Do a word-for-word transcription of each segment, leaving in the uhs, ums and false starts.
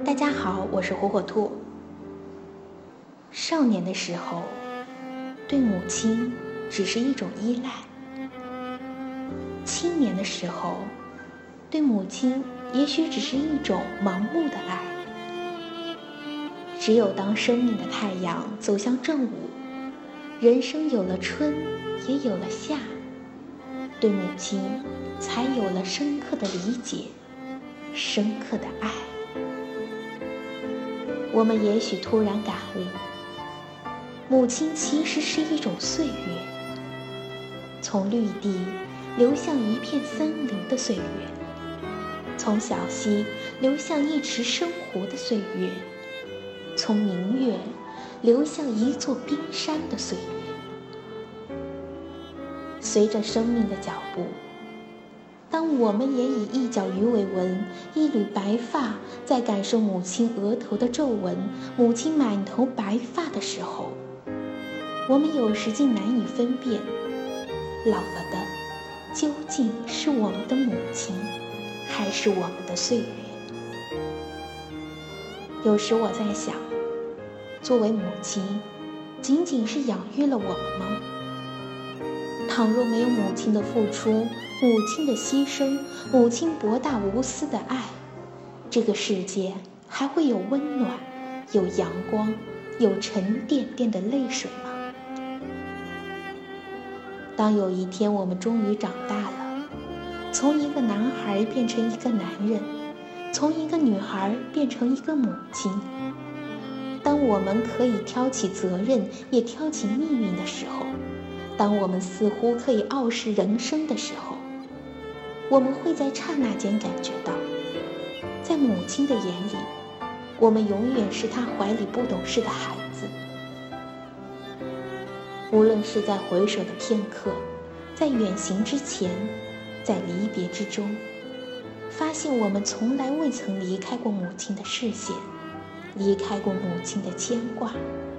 大家好，我是火火兔。少年的时候，对母亲只是一种依赖；青年的时候，对母亲也许只是一种盲目的爱。只有当生命的太阳走向正午，人生有了春，也有了夏，对母亲才有了深刻的理解，深刻的爱。我们也许突然感悟，母亲其实是一种岁月，从绿地流向一片森林的岁月，从小溪流向一池生活的岁月，从明月流向一座冰山的岁月。随着生命的脚步，当我们也以一角鱼尾纹、一缕白发在感受母亲额头的皱纹、母亲满头白发的时候，我们有时竟难以分辨，老了的究竟是我们的母亲，还是我们的岁月。有时我在想，作为母亲，仅仅是养育了我们吗？倘若没有母亲的付出，母亲的牺牲，母亲博大无私的爱，这个世界还会有温暖，有阳光，有沉甸甸的泪水吗？当有一天我们终于长大了，从一个男孩变成一个男人，从一个女孩变成一个母亲，当我们可以挑起责任，也挑起命运的时候，当我们似乎可以傲视人生的时候，我们会在刹那间感觉到，在母亲的眼里，我们永远是她怀里不懂事的孩子。无论是在回首的片刻，在远行之前，在离别之中，发现我们从来未曾离开过母亲的视线，离开过母亲的牵挂。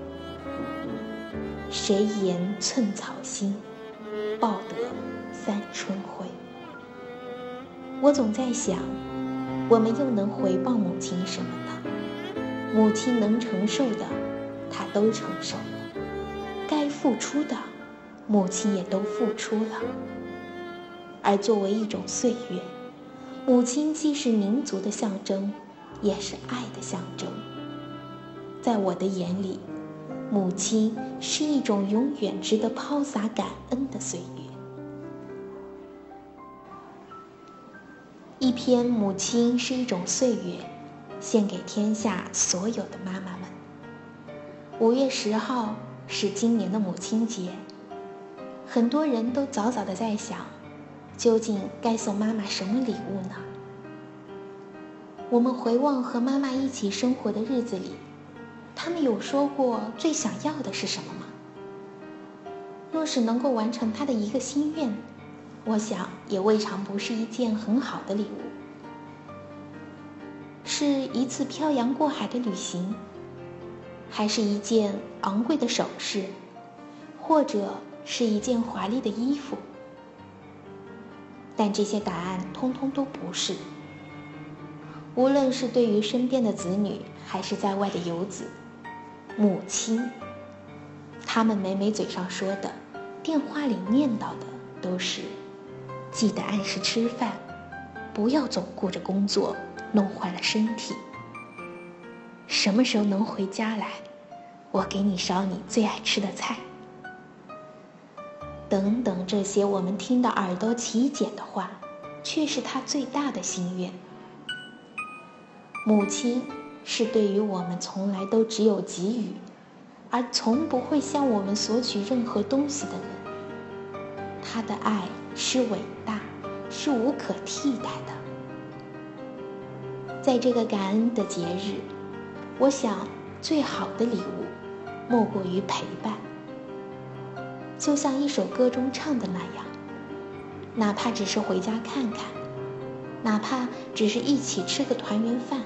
谁言寸草心，报得三春晖。我总在想，我们又能回报母亲什么呢？母亲能承受的，她都承受了；该付出的，母亲也都付出了。而作为一种岁月，母亲既是民族的象征，也是爱的象征。在我的眼里，母亲是一种永远值得抛洒感恩的岁月。一篇《母亲是一种岁月》，献给天下所有的妈妈们。五月十号是今年的母亲节，很多人都早早的在想，究竟该送妈妈什么礼物呢？我们回望和妈妈一起生活的日子里，他们有说过最想要的是什么吗？若是能够完成她的一个心愿，我想也未尝不是一件很好的礼物。是一次漂洋过海的旅行，还是一件昂贵的首饰，或者是一件华丽的衣服？但这些答案通通都不是。无论是对于身边的子女，还是在外的游子，母亲，他们每每嘴上说的，电话里念叨的，都是记得按时吃饭，不要总顾着工作，弄坏了身体。什么时候能回家来，我给你烧你最爱吃的菜。等等，这些我们听到耳朵起茧的话，却是他最大的心愿。母亲是对于我们从来都只有给予，而从不会向我们索取任何东西的人。她的爱是伟大，是无可替代的。在这个感恩的节日，我想最好的礼物莫过于陪伴。就像一首歌中唱的那样，哪怕只是回家看看，哪怕只是一起吃个团圆饭。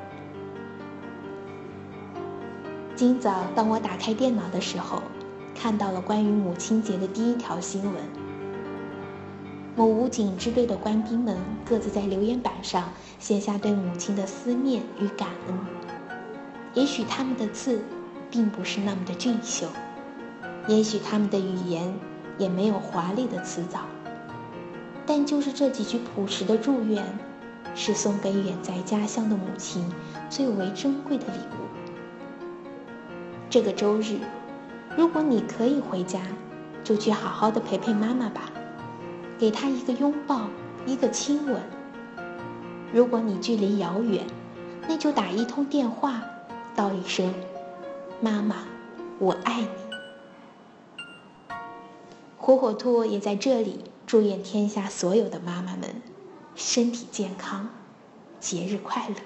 今早当我打开电脑的时候，看到了关于母亲节的第一条新闻。 某武警支队的官兵们各自在留言板上写下对母亲的思念与感恩。也许他们的字并不是那么的俊秀，也许他们的语言也没有华丽的辞藻，但就是这几句朴实的祝愿，是送给远在家乡的母亲最为珍贵的礼物。这个周日，如果你可以回家，就去好好的陪陪妈妈吧，给她一个拥抱，一个亲吻。如果你距离遥远，那就打一通电话，道一声妈妈我爱你。火火兔也在这里祝愿天下所有的妈妈们身体健康，节日快乐。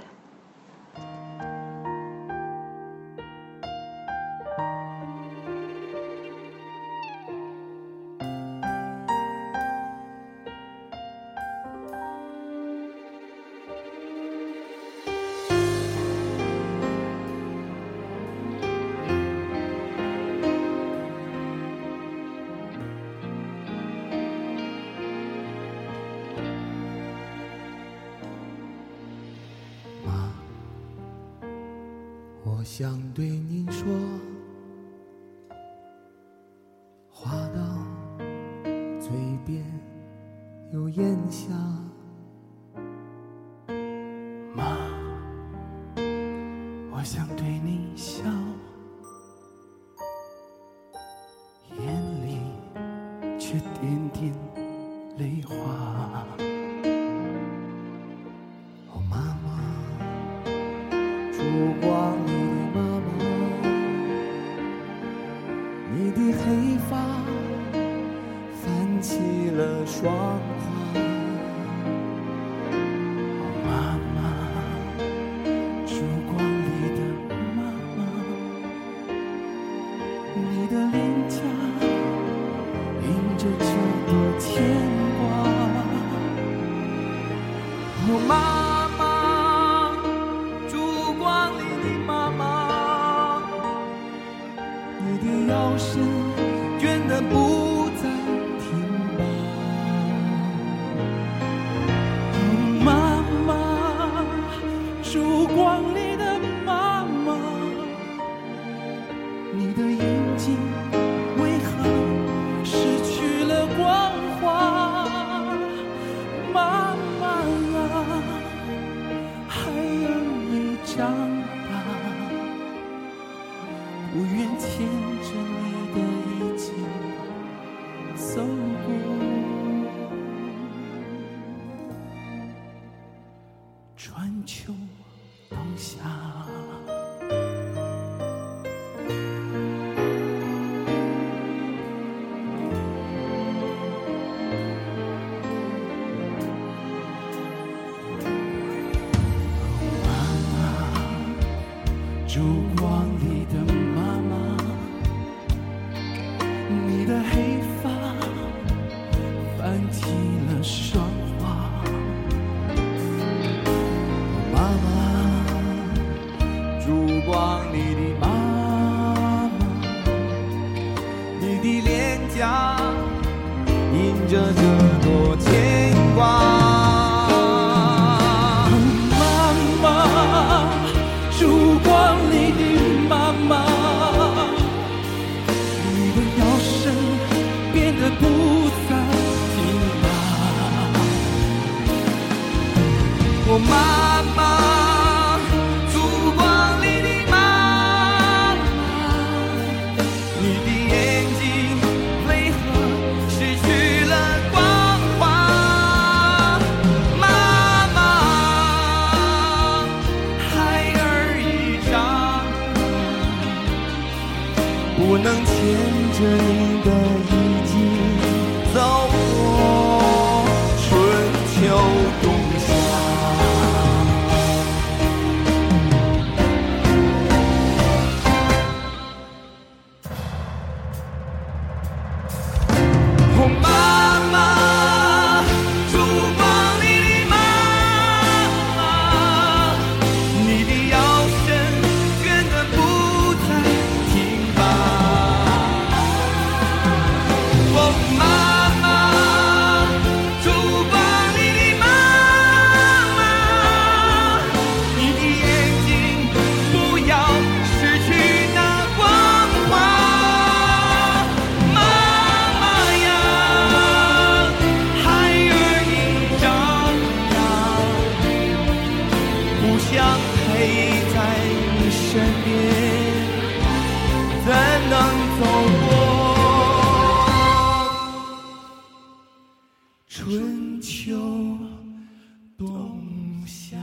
我想对您说，话到嘴边有咽下。妈，我想对你笑，眼里却点点泪花。哦，妈妈，烛光里的妈妈，你的黑发泛起了霜花。哦，妈妈，烛光里的妈妈，你的脸颊映着这朵牵挂。哦，妈妈，烛光里的妈妈，你的腰身倦得不再挺拔。哦，妈妈，烛光里的妈妈，你的眼睛为何失去了光华？妈妈啊，孩儿已长大，不愿牵着你的衣襟走过春秋冬夏。烛光里的妈妈，你的黑发泛起了霜花。妈妈，烛光里的妈妈，你的脸颊印着这朵牵挂。烛光里的妈妈，你的腰身变得不再挺拔。我妈妈，烛光里的妈妈，你的眼睛为何失去了光？ 想陪在你身边，怎能走过春秋冬夏。